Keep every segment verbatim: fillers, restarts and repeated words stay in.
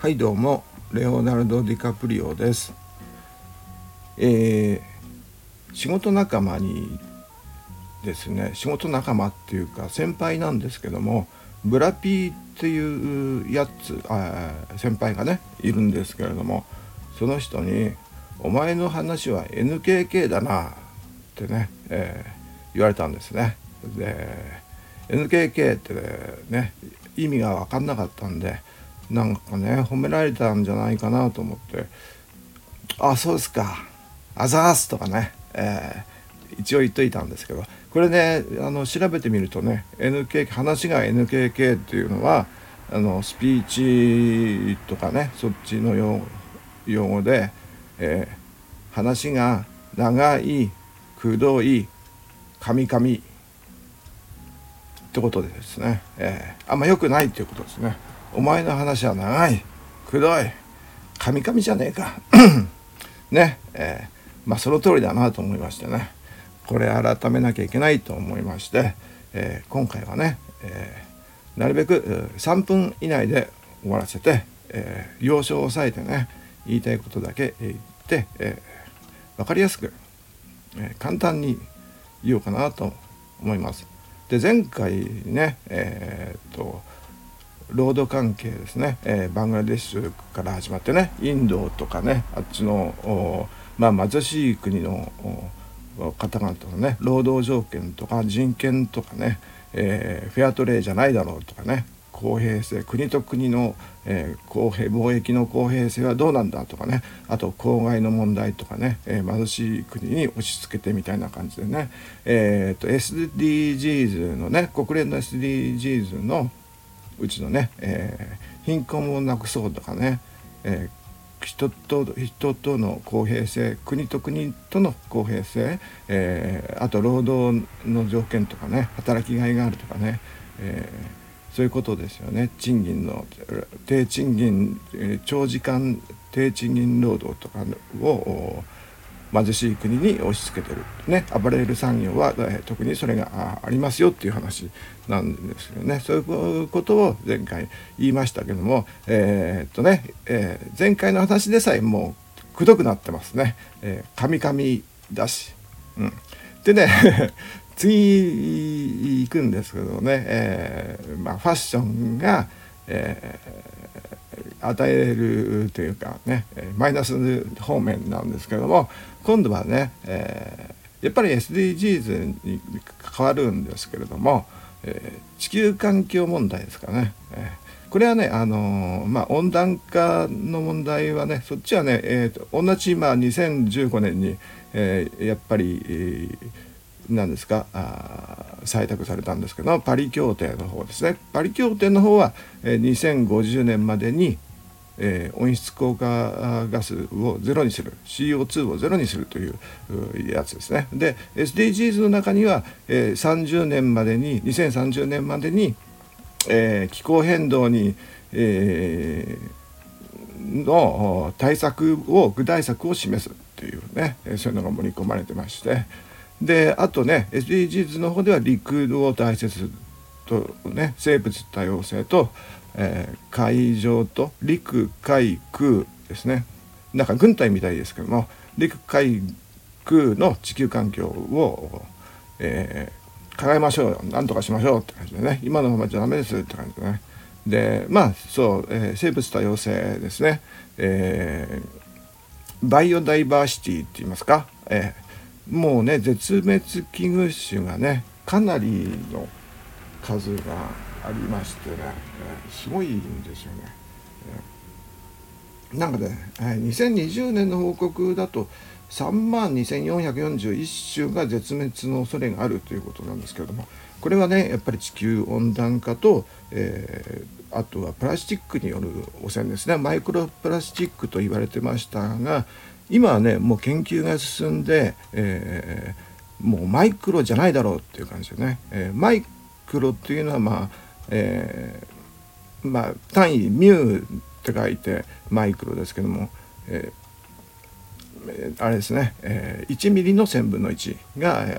はいどうもレオナルド・ディカプリオです。えー、仕事仲間にですね仕事仲間っていうか先輩なんですけども、ブラピーっていうやつあ先輩がねいるんですけれども、その人にお前の話は エヌケーケー だなってね、えー、言われたんですね。で エヌケーケー ってね意味が分かんなかったんで、なんかね褒められたんじゃないかなと思って、あそうですかあざーすとかね、えー、一応言っといたんですけど、これねあの調べてみるとね エヌケーケー 話が エヌケーケー っていうのはあのスピーチとかねそっちの用用語で、えー、話が長いくどいカミカミってことでですね、えー、あんま良くないっていうことですね。お前の話は長いくどいカミカミじゃねえかね、えー、まあその通りだなと思いましてね、これ改めなきゃいけないと思いまして、えー、今回はね、えー、なるべくさんぷん以内で終わらせて、えー、要所を抑えてね言いたいことだけ言って、えー、分かりやすく、えー、簡単に言おうかなと思います。で前回ねえー、っと労働関係ですね、えー、バングラデシュから始まってねインドとかねあっちの、まあ、貧しい国の方々のね労働条件とか人権とかね、えー、フェアトレーじゃないだろうとかね、公平性国と国の、えー、公平貿易の公平性はどうなんだとかね、あと公害の問題とかね、えー、貧しい国に押し付けてみたいな感じでね、えー、と エスディージーズ のね国連の エスディージーズ のうちのね、えー、貧困をなくそうとかね、えー、人と人との公平性、国と国との公平性、えー、あと労働の条件とかね、働きがいがあるとかね、えー、そういうことですよね。賃金の低賃金、長時間低賃金労働とかを貧しい国に押し付けてる、ね、アパレル産業は、えー、特にそれが あ, ありますよっていう話なんですよね。そういうことを前回言いましたけども、えー、っとね、えー、前回の話でさえもうくどくなってますね。えー、カミカミだし、うん、でね次行くんですけどね、えーまあ、ファッションが、えー、与えるというかねマイナス方面なんですけども、今度はね、えー、やっぱり エスディージーズ に関わるんですけれども、えー、地球環境問題ですかね、えー、これはね、あのーまあ、温暖化の問題はねそっちはね、えー、と同じ、まあ、にせんじゅうごねんに、えー、やっぱり、えー何ですかあ採択されたんですけど、パリ協定の方ですね。パリ協定の方は、えー、にせんごじゅうねんまでに、えー、温室効果ガスをゼロにする シーオーツー をゼロにするというやつですね。で エスディージーズ の中には、えー、さんじゅうねんまでににせんさんじゅうねんまでに、えー、気候変動に、えー、の対策を具体策を示すっていうね、そういうのが盛り込まれてまして、であとね エスディージーズ の方では陸を大切とね、生物多様性と、えー、海上と陸海空ですね。なんか軍隊みたいですけども、陸海空の地球環境を、えー、考えましょうよ、なんとかしましょうって感じでね、今のままじゃダメですって感じでね。でまあそう、えー、生物多様性ですね、えー、バイオダイバーシティって言いますか、えーもうね絶滅危惧種がねかなりの数がありましてね、えー、すごいんですよね。えー、なんかね、えー、にせんにじゅうねんの報告だとさんまんにせんよんひゃくよんじゅういち種が絶滅の恐れがあるということなんですけれども、これはねやっぱり地球温暖化と、えー、あとはプラスチックによる汚染ですね。マイクロプラスチックと言われてましたが、今はねもう研究が進んで、えー、もうマイクロじゃないだろうっていう感じでね、えー、マイクロっていうのはまあ、えー、まあ単位ミューって書いてマイクロですけども、えー、あれですね、えー、いちミリのせんぶんのいちが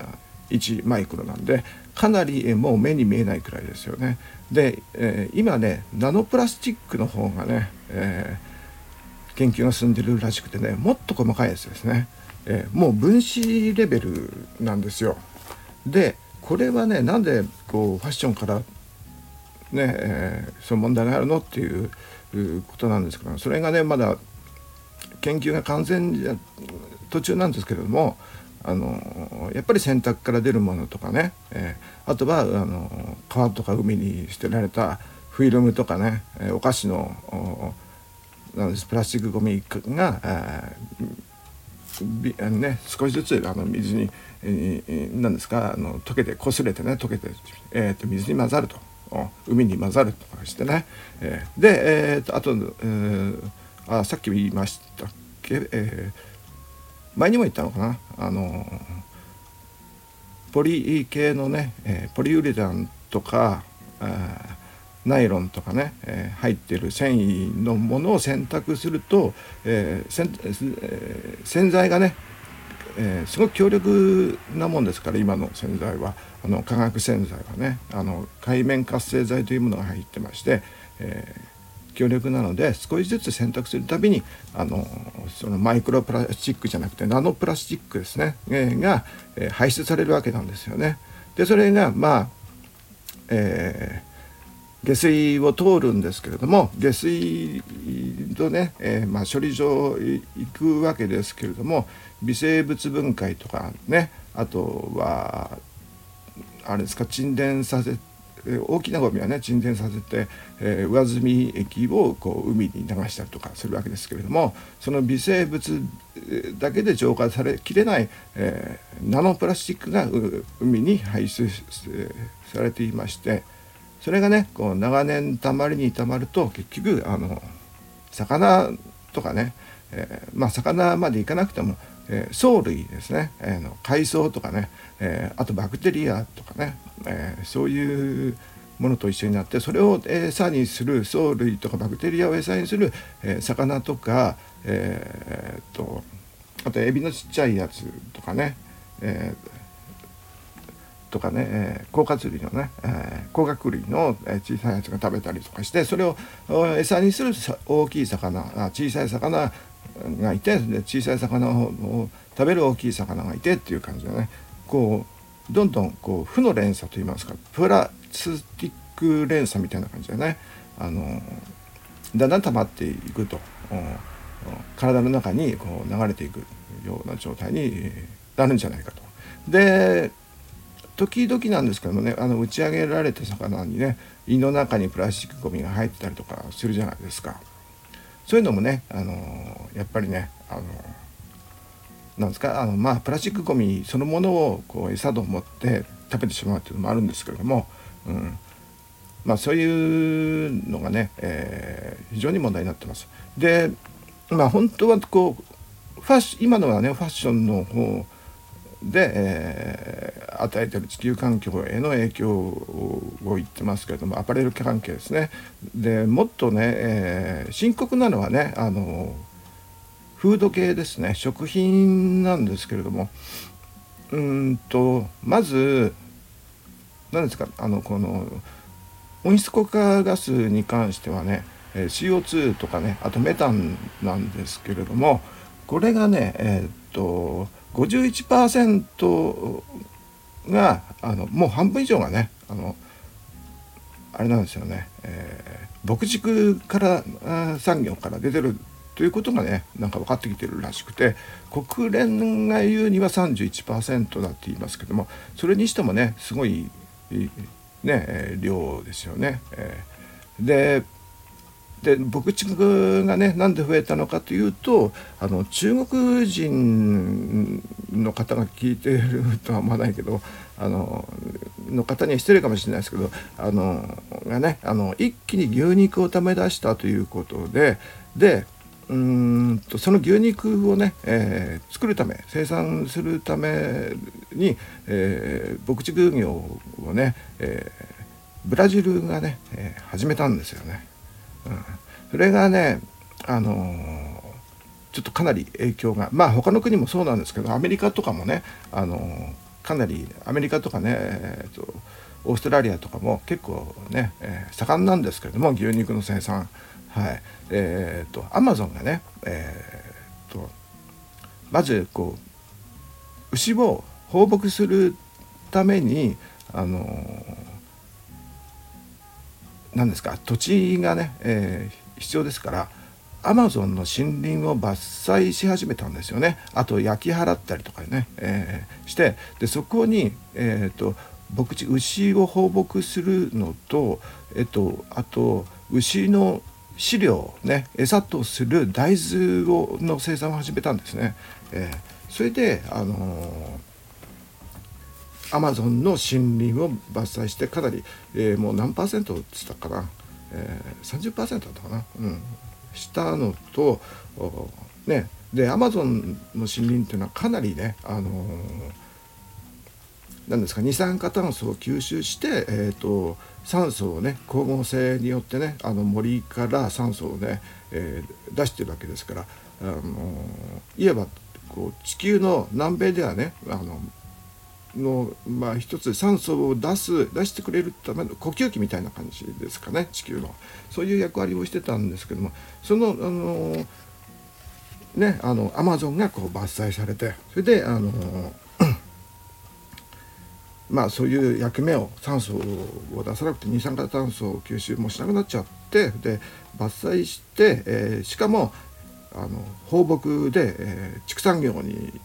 いちマイクロなんで、かなりもう目に見えないくらいですよね。で、えー、今ねナノプラスチックの方がね、えー、研究が進んでるらしくてね、もっと細かいやつですね、えー、もう分子レベルなんですよ。でこれはね、なんでこうファッションからね、えー、その問題があるのっていうことなんですけど、それがねまだ研究が完全途中なんですけれども、あのやっぱり洗濯から出るものとかね、えー、あとはあの川とか海に捨てられたフィルムとかね、お菓子のなんですプラスチックゴミが、えーね、少しずつあの水に、えー、なんですかあの溶けて擦れてね溶けて、えー、と水に混ざると、海に混ざるとかしてね、えー、で、えー、とあと、えー、あさっき言いましたっけ、えー、前にも言ったのかな、あのポリ系のね、えー、ポリウレタンとかナイロンとかね、えー、入っている繊維のものを洗濯すると、えー洗えー、洗剤がね、えー、すごく強力なもんですから、今の洗剤はあの化学洗剤はね、あの界面活性剤というものが入ってまして、えー、強力なので少しずつ洗濯するたびにあのそのマイクロプラスチックじゃなくてナノプラスチックですね、えー、が、えー、排出されるわけなんですよね。でそれがまあ、えー下水を通るんですけれども、下水とね、えーまあ、処理場行くわけですけれども、微生物分解とかね、あとはあれですか、沈殿させ大きなゴミはね沈殿させて、えー、上澄み液をこう海に流したりとかするわけですけれども、その微生物だけで浄化されきれない、えー、ナノプラスチックが海に排出されていまして、それがねこう長年たまりにたまると結局あの魚とかね、えー、まあ魚までいかなくても、えー、藻類ですね、えー、の海藻とかね、えー、あとバクテリアとかね、えー、そういうものと一緒になって、それを餌にする藻類とかバクテリアを餌にする、えー、魚とか、えー、とあとエビのちっちゃいやつとかね、えーとかね、えー、甲殻類のね、えー、甲殻類の小さいやつが食べたりとかして、それを餌にする大きい魚、小さい魚がいて、で小さい魚を食べる大きい魚がいてっていう感じでね、こうどんどんこう負の連鎖といいますか、プラスティック連鎖みたいな感じでね、あのだんだん溜まっていくと、体の中にこう流れていくような状態になるんじゃないかと。で時々なんですけどもね、あの打ち上げられた魚にね胃の中にプラスチックゴミが入ってたりとかするじゃないですか。そういうのもね、あのやっぱりね、あのなんですか、あのまあプラスチックゴミそのものをこう餌と思って食べてしまうっていうのもあるんですけれども、うん、まあそういうのがね、えー、非常に問題になってます。で、まあ本当はこうファッシ今のはねファッションの方で、えー、与えている地球環境への影響を言ってますけれども、アパレル関係ですね。でもっとね、えー、深刻なのはね、あのフード系ですね、食品なんですけれども、うーんとまず何ですか、あのこの温室効果ガスに関してはね シーオーツー とかね、あとメタンなんですけれども、これがねえー、っとごじゅういちパーセントがあのもう半分以上がねあのあれなんですよね、えー、牧畜から産業から出てるということがねなんか分かってきてるらしくて、国連が言うには さんじゅういちパーセント だって言いますけども、それにしてもねすごいね量ですよね。えー、でで牧畜がねなんで増えたのかというと、あの中国人の方が聞いているとは思わないけど、あのの方には失礼かもしれないですけど、あのがねあの一気に牛肉を食べ出したということで、でうーんとその牛肉をね、えー、作るため生産するために、えー、牧畜業をね、えー、ブラジルがね、えー、始めたんですよね。うん、それがね、あのー、ちょっとかなり影響が、まあ他の国もそうなんですけど、アメリカとかもね、あのー、 かなりアメリカとかね、えー、とオーストラリアとかも結構ね、えー、盛んなんですけれども、牛肉の生産、はいえー、とアマゾンがね、えー、とまずこう牛を放牧するためにあのー、何ですか土地がね、えー、必要ですから、アマゾンの森林を伐採し始めたんですよね。あと焼き払ったりとかね、えー、して、でそこに、えー、と牧地牛を放牧するのと、えっと、あと牛の飼料ね、餌とする大豆をの生産を始めたんですね。えー、それであのーアマゾンの森林を伐採してかなり、えー、もう何パーセントって言ったかな、えー、さんじゅっパーセント だったかな、うん、したのと、ね、でアマゾンの森林っていうのはかなりね、あのー、なんですか二酸化炭素を吸収して、えー、と酸素をね光合成によってね、あの森から酸素をね、えー、出してるわけですから、あのー、いわばこう地球の南米ではね、あのの、まあ、一つ酸素を出す出してくれるための呼吸器みたいな感じですかね、地球のそういう役割をしてたんですけども、そのあのねあのアマゾンがこう伐採されて、それであのまあそういう役目を酸素を出さなくて二酸化炭素を吸収もしなくなっちゃって、で伐採して、えー、しかもあの放牧で、えー、畜産業に行って、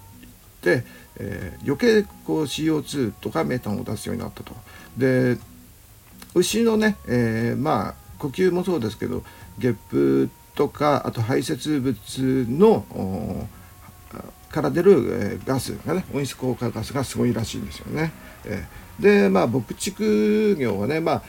えー、余計こう シーオーツー とかメタンを出すようになったと。で牛のね、えー、まあ呼吸もそうですけど、ゲップとかあと排泄物のから出る、えー、ガスがね、温室効果ガスがすごいらしいんですよね。えー、でまあ牧畜業はね、まあ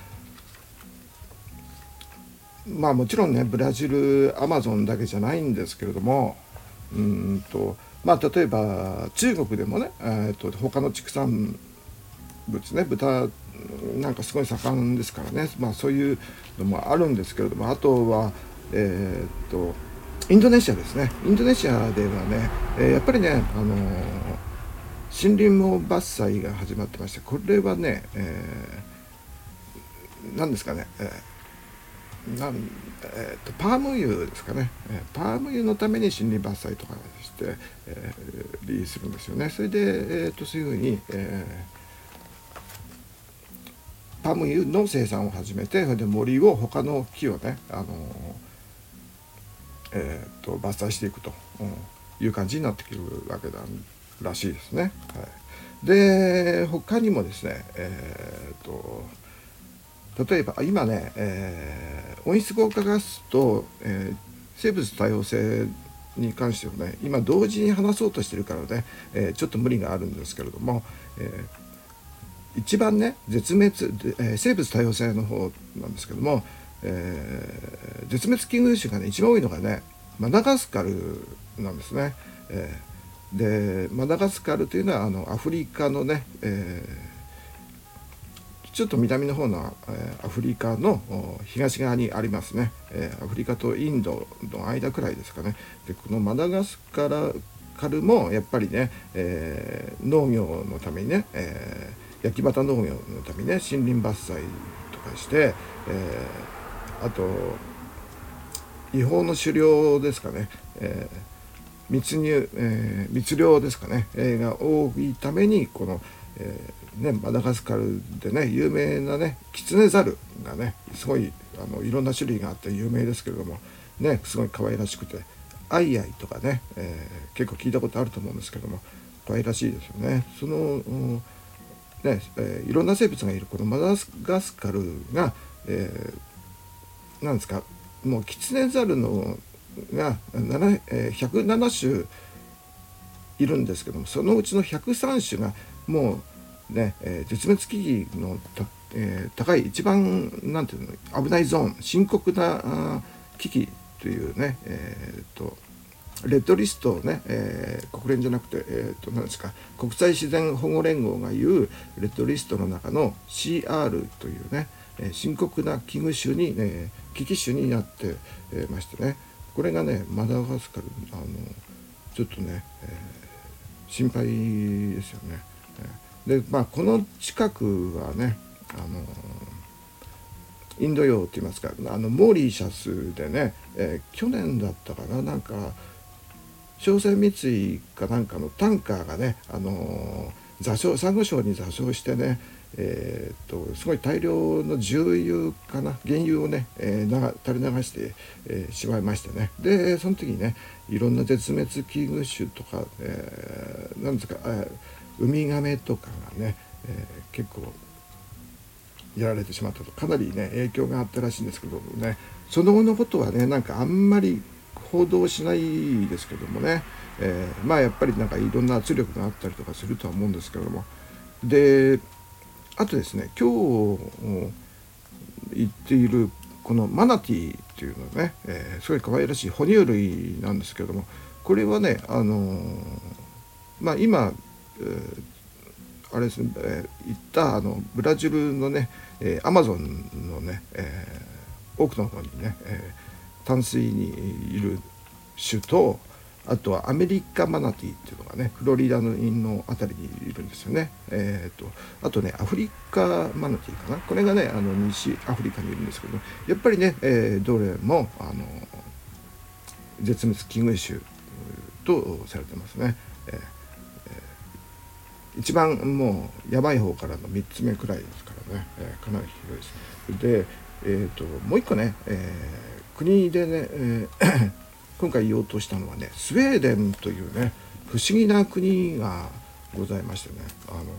まあもちろんねブラジルアマゾンだけじゃないんですけれども、うんとまあ例えば中国でもね、えー、と他の畜産物ね、豚なんかすごい盛んですからね、まあそういうのもあるんですけれども、あとはえっ、とインドネシアですね。インドネシアではね、えー、やっぱりね、あのー、森林も伐採が始まってまして、これはね、えー、何ですかね、えーなんえー、とパーム油ですかね、えー、パーム油のために森林伐採とかして、えー、リリースするんですよね。それで、えー、とそういうふうに、えー、パーム油の生産を始めて、それで森を他の木をね、あのーえー、と伐採していくという感じになってくるわけだらしいですね。はい、で他にもですね、えー、と例えば今ね、えー、温室効果ガスと、えー、生物多様性に関してはね、今同時に話そうとしてるからね、えー、ちょっと無理があるんですけれども、えー、一番ね絶滅、えー、生物多様性の方なんですけども、えー、絶滅危惧種がね一番多いのがねマダガスカルなんですね。えー、でマダガスカルというのはあのアフリカのね、えー、ちょっと南の方の、えー、アフリカの東側にありますね。えー、アフリカとインドの間くらいですかね。でこのマダガスカルもやっぱりね、えー、農業のためにね、えー、焼き畑農業のためにね森林伐採とかして、えー、あと違法の狩猟ですかね、えー、密入、えー、密猟ですかね、えー、が多いためにこの、えーね、マダガスカルでね有名なねキツネザルがねすごいあのいろんな種類があって有名ですけれどもね、すごい可愛らしくてアイアイとかね、えー、結構聞いたことあると思うんですけども可愛らしいですよね。その、うんねえー、いろんな生物がいるこのマダガスカルが、えー、なんですかもうキツネザルのがひゃくなな種いるんですけども、そのうちのひゃくさん種がもうね、えー、絶滅危惧のた、えー、高い一番なんていうの危ないゾーン深刻な危機というね、えー、とレッドリストをね、えー、国連じゃなくて、えー、と何ですか国際自然保護連合が言うレッドリストの中の シーアール というね、えー、深刻な危惧種に、ね、危機種になって、えー、ましてね、これがねマダガスカルあのちょっとね、えー、心配ですよね。 で、まあ、この近くはね、あのインド洋といいますか、あのモーリシャスでね、えー、去年だったかな、なんか商船三井かなんかのタンカーがね、あのー、座礁サンゴ礁に座礁してね、えー、っとすごい大量の重油かな原油をね、えー、垂れ流して、えー、しまいましてね。でその時にね、いろんな絶滅危惧種とか、えー、なんですか、えー、ウミガメとかがね、えー、結構やられてしまったと、かなりね影響があったらしいんですけどもね、その後のことはねなんかあんまり報道しないですけどもね、えー、まあやっぱりなんかいろんな圧力があったりとかするとは思うんですけども、であとですね、今日言っているこのマナティーっていうのはね、えー、すごい可愛らしい哺乳類なんですけども、これはね、あのー、まあ今、えーあれですね、えー、言ったあのブラジルのね、えー、アマゾンのね、えー、奥の方にね、えー、淡水にいる種と、あとはアメリカマナティーっていうのがねフロリダののあたりにいるんですよね。えー、とあとねアフリカマナティーかな、これがねあの西アフリカにいるんですけど、やっぱりね、えー、どれもあの絶滅危惧種とされてますね。えー一番もうやばい方からのみっつめくらいですからね、えー、かなり広いです。で、えー、ともう一個ね、えー、国でね、えー、今回言おうとしたのはね、スウェーデンというね不思議な国がございましてね、あの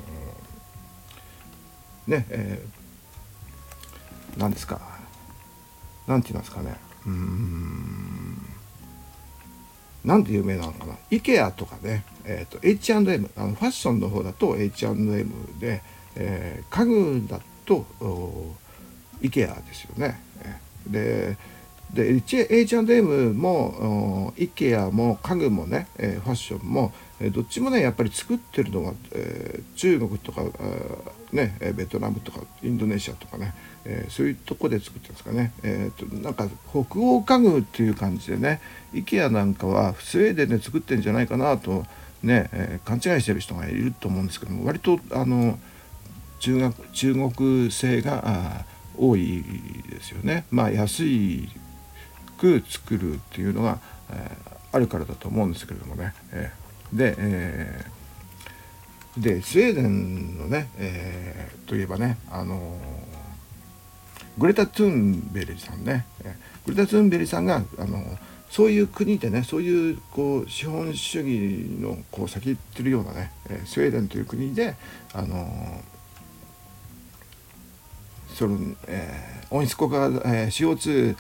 ー、ね、えー、何ですか、なんて言いますかね、うーんなんで有名なのかな、 IKEA とかね、えー、と エイチアンドエム、 あのファッションの方だと エイチアンドエム で、えー、家具だと IKEA ですよね。でで エイチアンドエム も IKEA も家具もね、えー、ファッションも、えー、どっちもねやっぱり作ってるのが、えー、中国とか、ね、ベトナムとかインドネシアとかね、えー、そういうとこで作ってるんですかね。えー、となんか北欧家具っていう感じでね、 IKEA なんかはスウェーデンで作ってるんじゃないかなとね、えー、勘違いしてる人がいると思うんですけども、割とあの中国中国製が多いですよね。まあ安いく作るっていうのが、えー、あるからだと思うんですけれどもね。えー、で、えー、でスウェーデンのね、えー、といえばね、あのー、グレタ・トゥーンベリさんね、えー、グレタ・トゥーンベリさんが、あのー、そういう国でね、そういうこう資本主義のこう先行ってるようなね、えー、スウェーデンという国で、あのー、その、えー、温室効果、えー、シーオーツー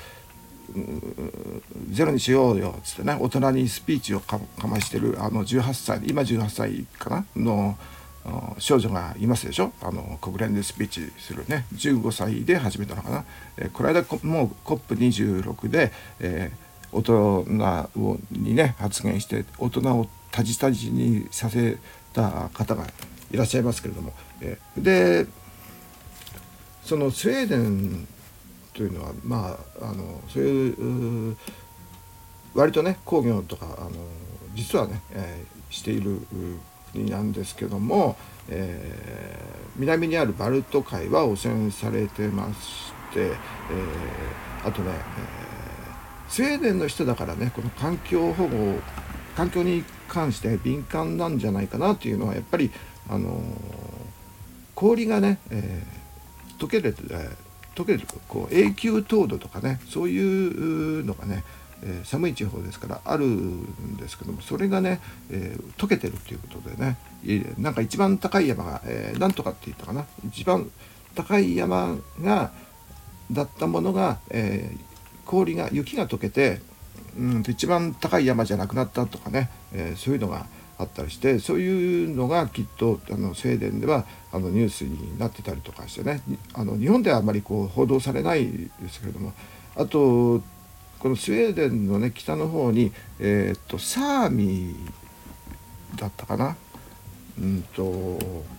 ゼロにしようよっつってね、大人にスピーチをかましてるあのじゅうはっさい、今じゅうはっさいかなの少女がいますでしょ。あの国連でスピーチするね、じゅうごさいで始めたのかな。えー、この間もう コップにじゅうろく で、えー、大人をにね発言して大人をタジタジにさせた方がいらっしゃいますけれども、えー、でそのスウェーデンというのは、まあ、あのそういう割とね工業とかあの実はね、えー、している国なんですけども、えー、南にあるバルト海は汚染されてまして、えー、あとね、えー、スウェーデンの人だからねこの環境保護環境に関して敏感なんじゃないかなというのはやっぱりあの氷がね、えー、溶ける、えー溶けるこう永久凍土とかね、そういうのがね、えー、寒い地方ですからあるんですけども、それがね、えー、溶けてるっていうことでね、なんか一番高い山が、えー、なんとかって言ったかな、一番高い山がだったものが、えー、氷が雪が溶けて、うん、一番高い山じゃなくなったとかね、えー、そういうのがあったりして、そういうのがきっとあのスウェーデンではあのニュースになってたりとかしてね、あの日本ではあまりこう報道されないですけれども、あとこのスウェーデンのね北の方に、えー、っとサーミだったかな、うんと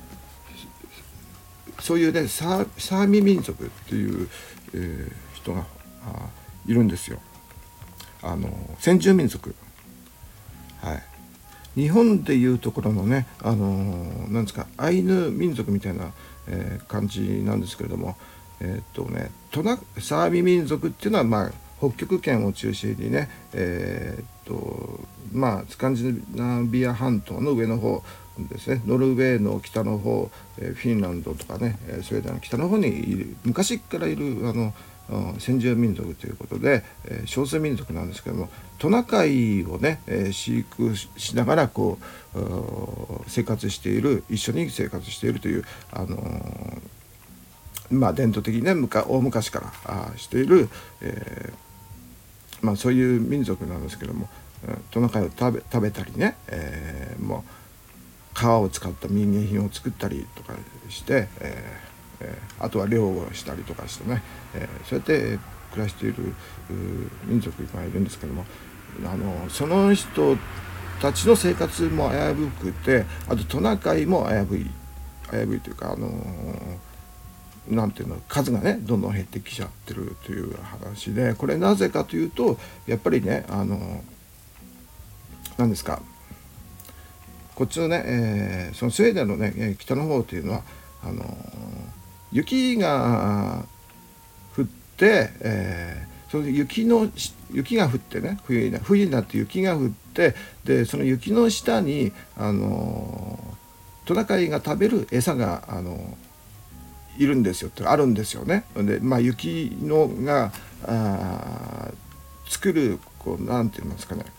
そういうねサー、サーミ民族っていう、えー、人がいるんですよ。あの先住民族、はい。 日本でいうところのね、あのー、なんですか、アイヌ民族みたいな、えー、感じなんですけれども、えー、っとねトナサーミ民族っていうのは、まあ、北極圏を中心にね、えー、っとまあスカンジナビア半島の上の方ですね、ノルウェーの北の方、えー、フィンランドとかね、スウェーデンの北の方にいる、昔からいるあの先住民族ということで、えー、少数民族なんですけども、トナカイをね、えー、飼育しながらこう生活している、一緒に生活しているという、あのー、まあ伝統的にね、大昔からあしている、えーまあ、そういう民族なんですけども、トナカイを食べ、食べたりね、えー、もう皮を使った民芸品を作ったりとかして、えーえー、あとは漁をしたりとかしてね、えー、そうやって暮らしている民族がいるんですけども、あのその人たちの生活も危うくて、あとトナカイも危うい危ういというか、あのなんていうの、数がねどんどん減ってきちゃってるという話で、これなぜかというと、やっぱりね、あの何ですか、こっちのね、えー、そのスウェーデンのね北の方というのは、あの雪が降って、えー、その雪の雪が降ってね、冬に冬になって雪が降って、でその雪の下に、あのトナカイが食べる餌が、あのいるんですよってあるんですよね。で、まあ、雪のがあ作るこうなんて言いますかね、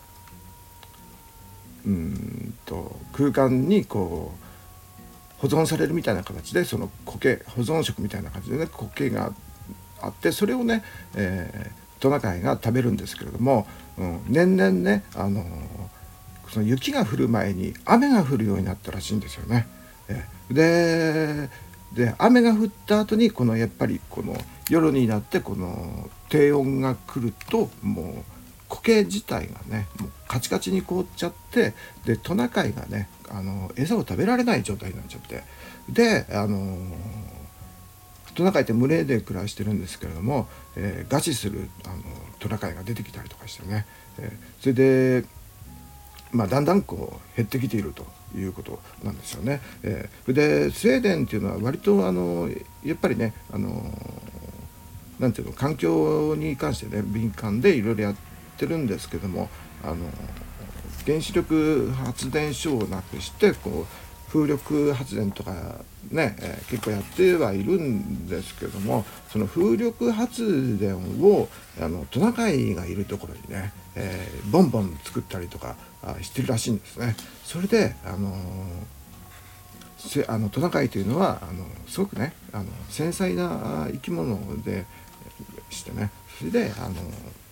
うんと空間にこう保存されるみたいな形で、その苔保存食みたいな感じでね、苔があって、それをね、えー、トナカイが食べるんですけれども、うん、年々ね、あのー、その雪が降る前に雨が降るようになったらしいんですよね。えー、でで雨が降った後に、このやっぱりこの夜になってこの低温が来ると、もう苔自体がねもうカチカチに凍っちゃって、でトナカイがね、あの餌を食べられない状態になっちゃって、であのトナカイって群れで暮らしてるんですけれども、えー、餓死するあのトナカイが出てきたりとかしてね、えー、それでまあ、だんだんこう減ってきているということなんですよね。えー、でスウェーデンっていうのは割とあのやっぱりね、あのなんていうの、環境に関してね敏感でいろいろやってるんですけども、あの原子力発電所をなくしてこう風力発電とかね、えー、結構やってはいるんですけども、その風力発電をあのトナカイがいるところにね、えー、ボンボン作ったりとかしてるらしいんですね。それであのー、あのトナカイというのはあのすごくね、あの繊細な生き物でしてね、それであの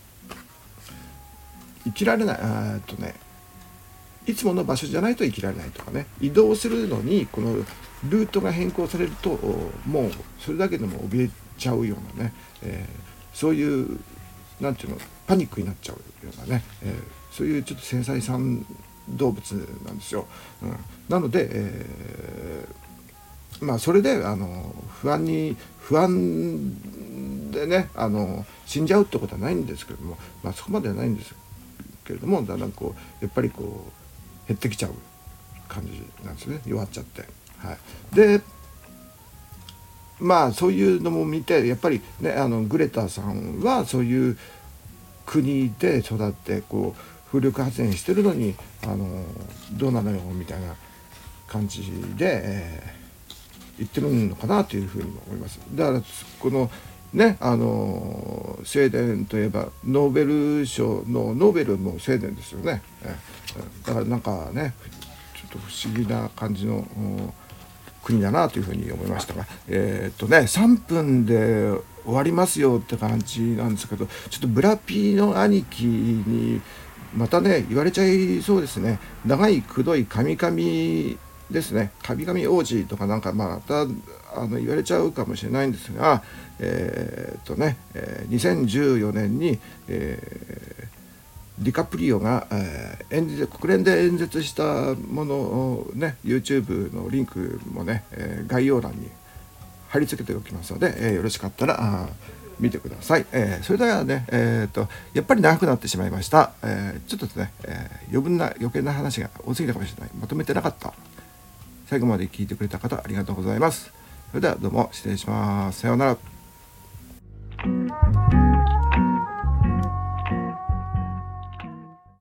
生きられない、あっとねいつもの場所じゃないと生きられないとかね、移動するのにこのルートが変更されるともうそれだけでも怯えちゃうようなね、えー、そういうなんていうの、パニックになっちゃうようなね、えー、そういうちょっと繊細さん動物なんですよ。うん、なので、えー、まあそれであの不安に不安でね、あの死んじゃうってことはないんですけれども、まあそこまではないんですけれども、だんだんこうやっぱりこう減ってきちゃう感じなんですね、弱っちゃって。はい、でまあそういうのも見て、やっぱりね、あのグレタさんはそういう国で育ってこう風力発電してるのに、あのどうなのよみたいな感じで、えー、言ってるのかなというふうにも思います。だからこのね、あのスウェーデンといえばノーベル賞のノーベルもスウェーデンですよね。えー、だからなんかね、ちょっと不思議な感じの国だなというふうに思いましたが、えー、っとねさんぷんで終わりますよって感じなんですけど、ちょっとブラピの兄貴にまたね言われちゃいそうですね。長いくどいカミカミですね、カミカミ王子とかなんかまたあの言われちゃうかもしれないんですが、えー、っとね、えー、にせんじゅうよねんに、えーディカプリオが、えー、演説国連で演説したものをね YouTube のリンクもね、えー、概要欄に貼り付けておきますので、えー、よろしかったら見てください。えー、それではね、えー、とやっぱり長くなってしまいました。えー、ちょっとですね、えー、余分な余計な話が多すぎたかもしれない。まとめてなかった。最後まで聞いてくれた方ありがとうございます。それではどうも失礼します。さようなら。